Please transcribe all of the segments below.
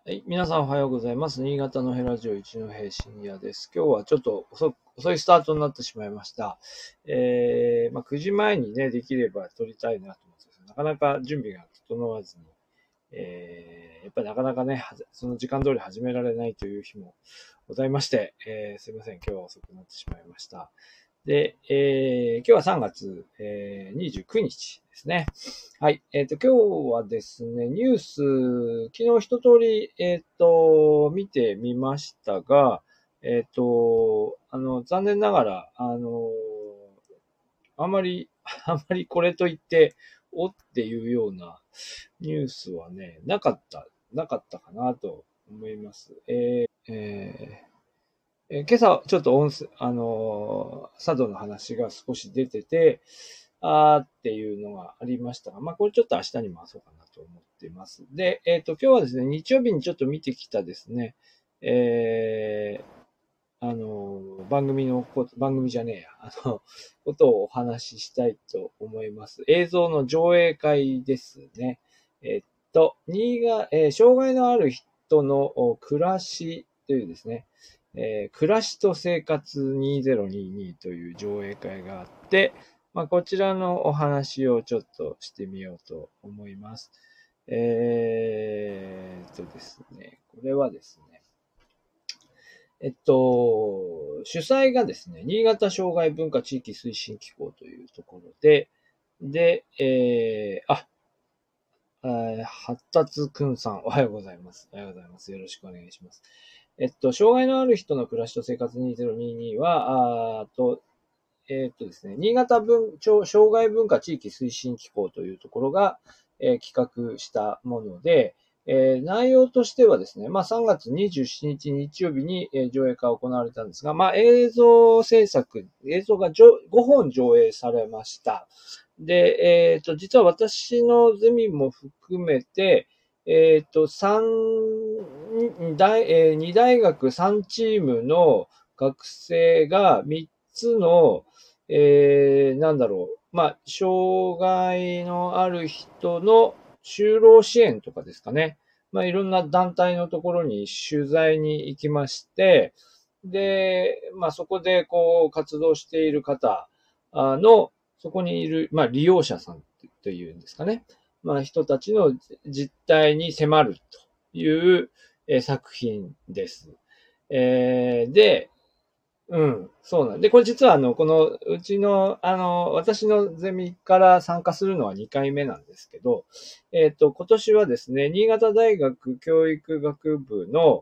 はい、皆さんおはようございます。新潟のヘラジオ一の平深夜です。今日はちょっと遅いスタートになってしまいました。9時前にね、できれば撮りたいなと思ってですね、なかなか準備が整わずに、やっぱりなかなかね、その時間通り始められないという日もございまして、すいません、今日は遅くなってしまいました。で、今日は3月、29日ですね。はい。今日はですね、ニュース、昨日一通り、見てみましたが、残念ながら、あんまり、あんまりこれといって、おっていうようなニュースはね、なかったかなと思います。今朝、ちょっと佐渡の話が少し出てて、っていうのがありましたが、これちょっと明日に回そうかなと思っています。で、今日はですね、日曜日にちょっと見てきたですね、え番組じゃねえや、ことをお話ししたいと思います。映像の上映会ですね。障害のある人の暮らしというですね、暮らしと生活2022という上映会があって、こちらのお話をちょっとしてみようと思います。ですね、これはですね、主催がですね、新潟障害文化地域推進機構というところで、発達くんさん、おはようございます。おはようございます。よろしくお願いします。障害のある人の暮らしと生活2022は、ですね、新潟障害文化地域推進機構というところが、企画したもので、内容としてはですね、3月27日日曜日に、上映会が行われたんですが、映像が5本上映されました。で、実は私のゼミも含めて、2大学3チームの学生が3つの、障害のある人の就労支援とかですかね。いろんな団体のところに取材に行きまして、で、そこでこう活動している方の、そこにいる、利用者さんというんですかね。人たちの実態に迫るという、作品です。で、そうなんで、これ実はこのうちの、私のゼミから参加するのは2回目なんですけど、今年はですね、新潟大学教育学部の、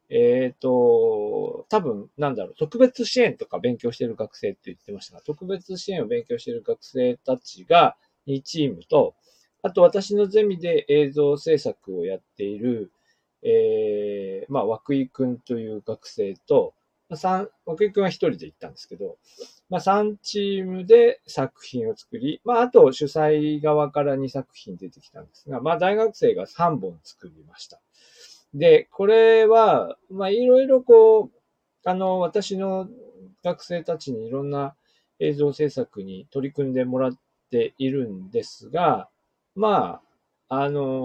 多分、特別支援とか勉強している学生って言ってましたが、特別支援を勉強している学生たちが2チームと、あと私のゼミで映像制作をやっている、涌井くんという学生と、奥井くんは一人で行ったんですけど、3チームで作品を作り、あと主催側から2作品出てきたんですが、大学生が3本作りました。で、これは、いろいろこう、私の学生たちにいろんな映像制作に取り組んでもらっているんですが、まあ、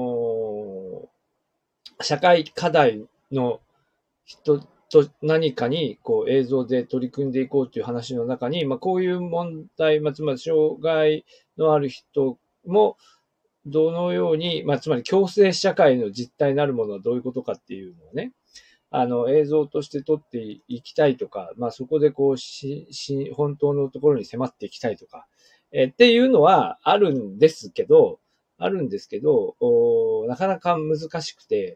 社会課題の人と何かにこう映像で取り組んでいこうという話の中に、こういう問題、つまり障害のある人もどのように、つまり共生社会の実態なるものはどういうことかっていうのをね、映像として撮っていきたいとか、そこでこう本当のところに迫っていきたいとか、っていうのはあるんですけど、なかなか難しくて、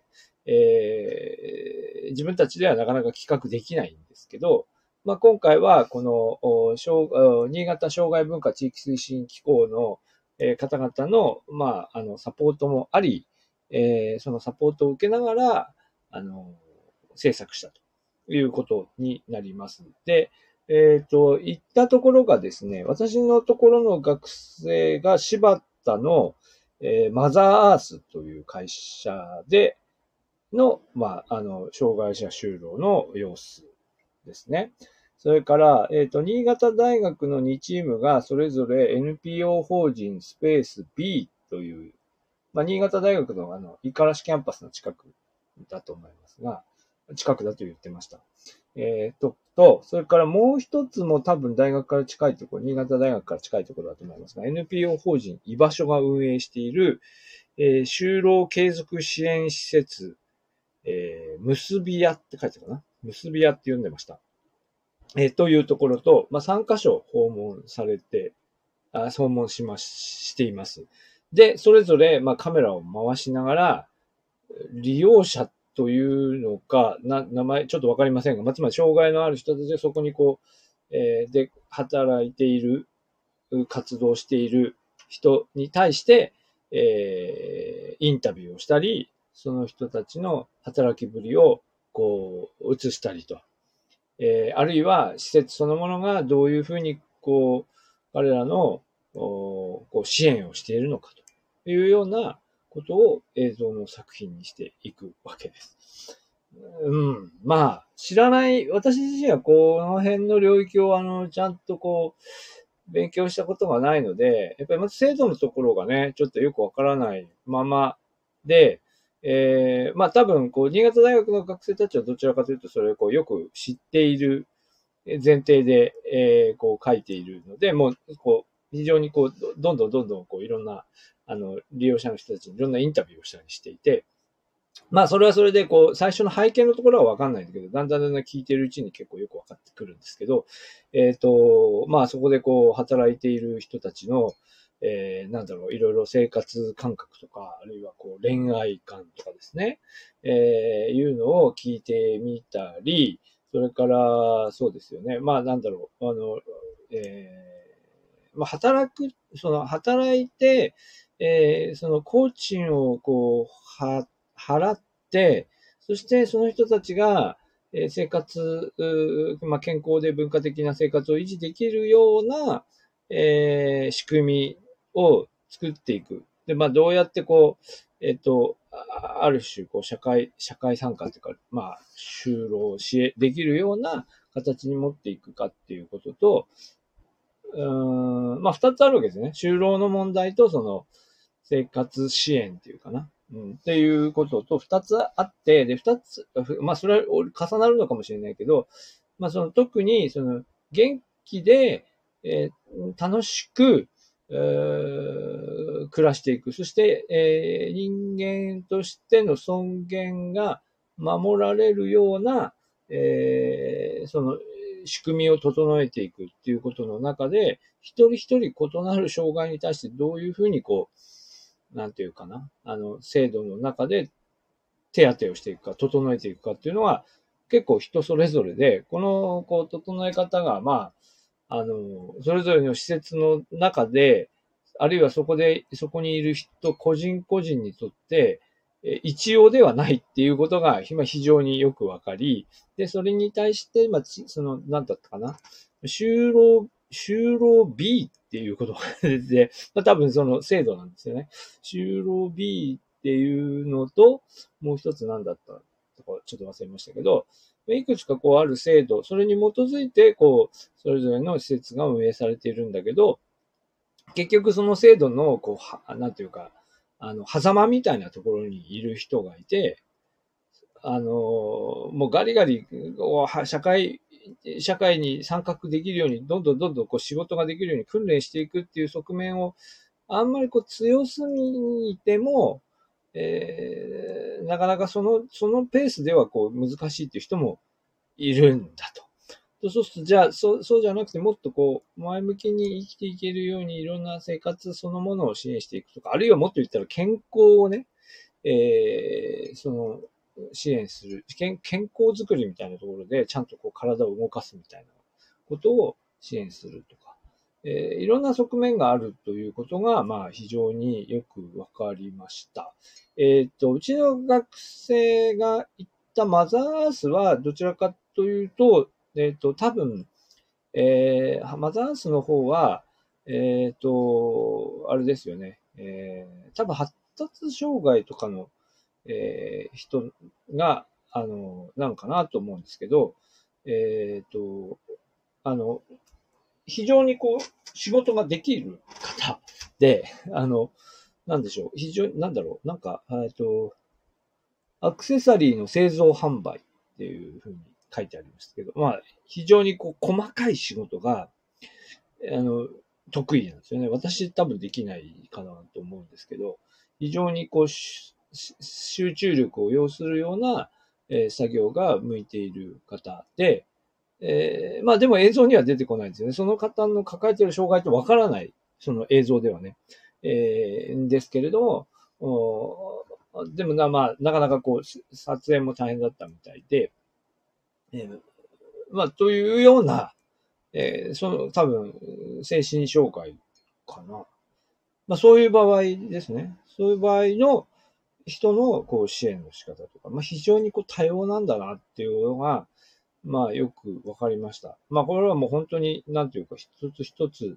自分たちではなかなか企画できないんですけど、今回はこの新潟障害文化地域推進機構の方々の、サポートもあり、そのサポートを受けながら、制作したということになります。で、行ったところがですね、私のところの学生が柴田の、マザーアースという会社での、障害者就労の様子ですね。それから、新潟大学の2チームがそれぞれ NPO 法人スペース B という、新潟大学の五十嵐キャンパスの近くだと思いますが、近くだと言ってました。それからもう一つも多分大学から近いところ、新潟大学から近いところだと思いますが、NPO 法人居場所が運営している、就労継続支援施設、結び屋って書いてたかな。結び屋って読んでました。というところと、3カ所訪問されて、訪問しています。で、それぞれ、カメラを回しながら、利用者というのか、名前ちょっとわかりませんが、つまり障害のある人たちでそこにで、働いている、活動している人に対して、インタビューをしたり、その人たちの働きぶりを映したりと。あるいは施設そのものがどういうふうに彼らの支援をしているのかというようなことを映像の作品にしていくわけです。知らない、私自身はこの辺の領域をちゃんと勉強したことがないので、やっぱりまず制度のところがね、ちょっとよくわからないままで、多分、新潟大学の学生たちはどちらかというと、それをよく知っている前提で、書いているので、もう、非常にどんどんいろんな、利用者の人たちにいろんなインタビューをしたりしていて、それはそれで、最初の背景のところはわかんないんだけど、だんだん聞いているうちに結構よくわかってくるんですけど、そこで働いている人たちの、いろいろ生活感覚とか、あるいは恋愛観とかですね、いうのを聞いてみたり、それから、そうですよね、働いて、その工賃を払って、そしてその人たちが、生活、健康で文化的な生活を維持できるような、仕組みを作っていく。で、どうやってある種、社会参加というか、就労できるような形に持っていくかっていうことと、二つあるわけですね。就労の問題と、その、生活支援っていうかな。っていうことと二つあって、で、二つ、それは重なるのかもしれないけど、特に、元気で、楽しく、暮らしていく。そして、人間としての尊厳が守られるような、その仕組みを整えていくっていうことの中で、一人一人異なる障害に対してどういうふうになんていうかな、制度の中で手当てをしていくか、整えていくかっていうのは、結構人それぞれで、整え方が、それぞれの施設の中で、あるいはそこにいる人、個人個人にとって、一様ではないっていうことが、非常によくわかり、で、それに対して、なんだったかな、就労 B っていうことが出て、多分その制度なんですよね。就労 B っていうのと、もう一つ何だったとか、ちょっと忘れましたけど、いくつかある制度、それに基づいて、それぞれの施設が運営されているんだけど、結局その制度の、なんていうか、狭間みたいなところにいる人がいて、もうガリガリ、社会に参画できるように、どんどん仕事ができるように訓練していくっていう側面を、あんまり強すぎても、なかなかそのペースでは難しいっていう人もいるんだと。そうすると、じゃあ、そうじゃなくて、もっと前向きに生きていけるように、いろんな生活そのものを支援していくとか、あるいはもっと言ったら健康をね、支援する、健康づくりみたいなところで、ちゃんと体を動かすみたいなことを支援するとか、いろんな側面があるということが、非常によくわかりました。うちの学生が行ったマザーアースは、どちらかというと、多分、マザーアースの方は、あれですよね。多分発達障害とかの、人が、なのかなと思うんですけど、あの、非常に仕事ができる方で、なんでしょう、非常に、なんだろう、 アクセサリーの製造販売っていうふうに書いてありますけど、まあ、非常にこう細かい仕事が、得意なんですよね。私多分できないかなと思うんですけど、非常にこう、集中力を要するような、作業が向いている方で、まあでも映像には出てこないんですよね。その方の抱えている障害ってわからない、その映像ではね。ですけれども、でもまあ、なかなかこう、撮影も大変だったみたいで、まあ、というような、その、多分、精神障害かな。まあ、そういう場合ですね。そういう場合の人の、こう、支援の仕方とか、まあ、非常にこう、多様なんだなっていうのが、まあ、よくわかりました。まあ、これはもう本当に、なんていうか、一つ一つ、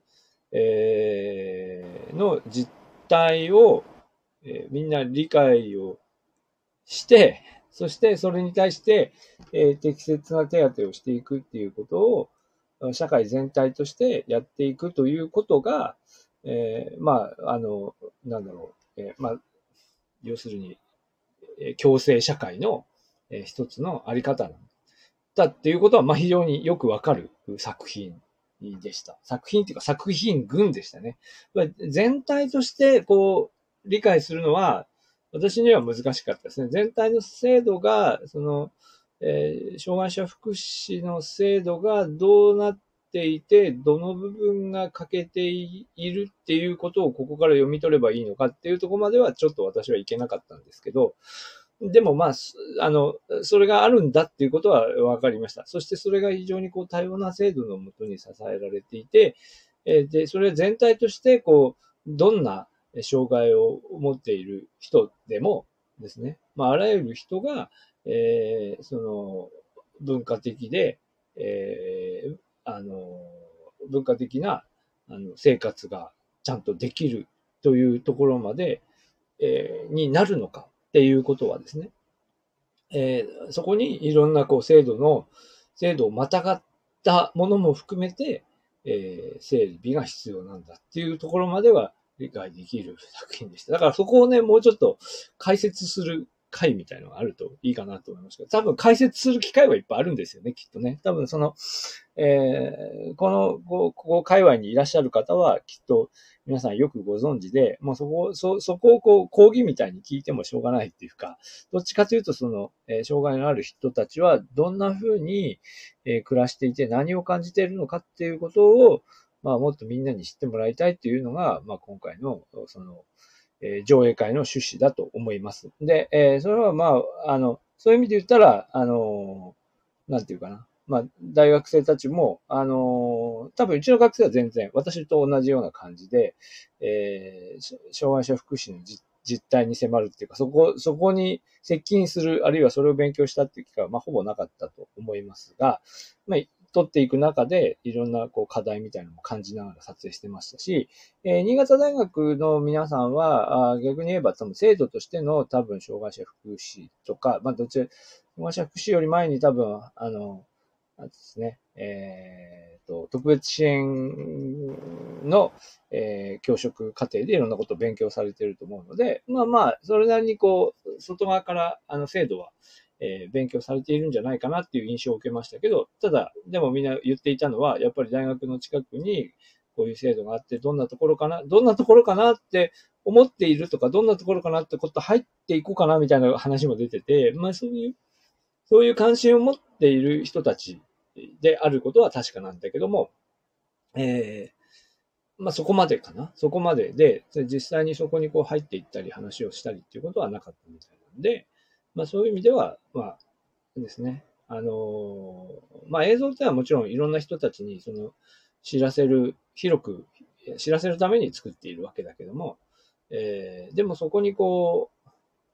の実態を、みんな理解をして、そしてそれに対して、適切な手当てをしていくっていうことを、社会全体としてやっていくということが、まあ、なんだろう、まあ、要するに、共生社会の、一つのあり方なんだっていうことは、まあ、非常によくわかる作品でした。作品っていうか作品群でしたね。全体として、こう、理解するのは、私には難しかったですね。全体の制度が、その、障害者福祉の制度がどうなっていて、どの部分が欠けているっていうことをここから読み取ればいいのかっていうところまではちょっと私はいけなかったんですけど、でもまあ、それがあるんだっていうことは分かりました。そしてそれが非常にこう多様な制度のもとに支えられていて、で、それ全体としてこう、どんな障害を持っている人でもですね、まあ、あらゆる人が、その、文化的で、えーあの、文化的な、生活がちゃんとできるというところまで、になるのかっていうことはですね、そこにいろんなこう制度をまたがったものも含めて、整備が必要なんだっていうところまでは理解できる作品でした。だからそこをね、もうちょっと解説する回みたいなのがあるといいかなと思いますけど、多分解説する機会はいっぱいあるんですよね、きっとね。多分その、ここ界隈にいらっしゃる方はきっと皆さんよくご存知で、もうそこをこう講義みたいに聞いてもしょうがないっていうか、どっちかというとその、障害のある人たちはどんな風に、暮らしていて何を感じているのかっていうことを、まあもっとみんなに知ってもらいたいっていうのが、まあ今回のその、上映会の趣旨だと思います。で、それはまあ、そういう意味で言ったら、なんていうかな。まあ、大学生たちも、多分うちの学生は全然、私と同じような感じで、障害者福祉の実態に迫るっていうか、そこに接近する、あるいはそれを勉強したっていう機会は、まあ、ほぼなかったと思いますが、まあ、取っていく中で、いろんなこう課題みたいなのも感じながら撮影してましたし、新潟大学の皆さんは、逆に言えば、制度としての多分、障害者福祉とか、まあ、どちら、障害者福祉より前に多分、ですね、特別支援の、教職課程でいろんなことを勉強されていると思うので、まあまあ、それなりにこう、外側から、制度は、勉強されているんじゃないかなっていう印象を受けましたけど、ただ、でもみんな言っていたのは、やっぱり大学の近くに、こういう制度があって、どんなところかなって思っているとか、どんなところかなってこと入っていこうかなみたいな話も出てて、まあそういう関心を持っている人たちであることは確かなんだけども、まあそこまでかな。そこまでで、実際にそこにこう入っていったり話をしたりっていうことはなかったみたいなんで、まあそういう意味では、まあですね、まあ映像ってのはもちろんいろんな人たちにその広く知らせるために作っているわけだけども、でもそこにこう、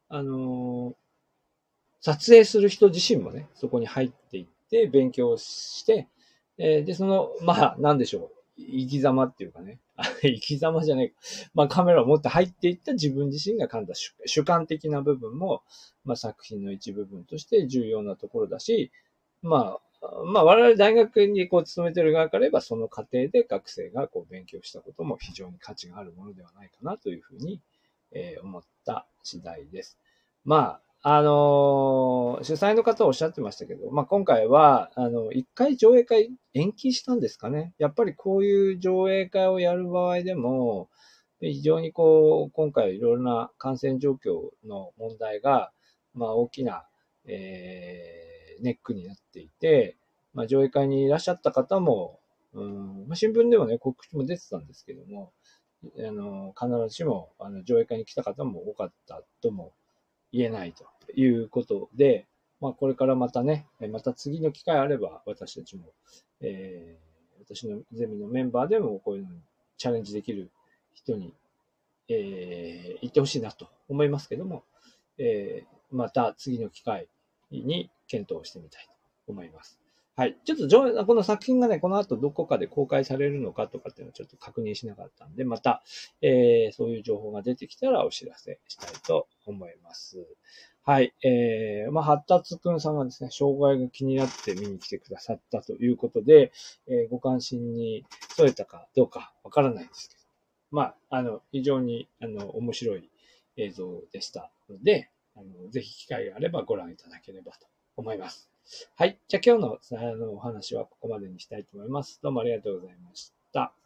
撮影する人自身もね、そこに入っていって勉強して、で、その、まあ、なんでしょう。生き様っていうかね。生き様じゃないか。まあ、カメラを持って入っていった自分自身が感じた主観的な部分も、まあ、作品の一部分として重要なところだし、まあ、我々大学にこう勤めてる側から言えば、その過程で学生がこう勉強したことも非常に価値があるものではないかなというふうに、思った次第です。ま主催の方おっしゃってましたけど、今回は、一回上映会延期したんですかね。やっぱりこういう上映会をやる場合でも、非常に今回いろいろな感染状況の問題が、大きな、ネックになっていて、上映会にいらっしゃった方も、新聞でもね、告知も出てたんですけども、必ずしも、上映会に来た方も多かったとも言えないということで、これからまたね、また次の機会あれば、私たちも、私のゼミのメンバーでもこういうのにチャレンジできる人に、いてほしいなと思いますけども、また次の機会に検討してみたいと思います。はい。ちょっとこの作品がね、この後どこかで公開されるのかとかっていうのはちょっと確認しなかったんで、また、そういう情報が出てきたらお知らせしたいと思います。はい。発達くんさんがですね、障害が気になって見に来てくださったということで、ご関心に添えたかどうかわからないんですけど、非常に、面白い映像でしたので、ぜひ機会があればご覧いただければと思います。はい。じゃあ今日のお話はここまでにしたいと思います。どうもありがとうございました。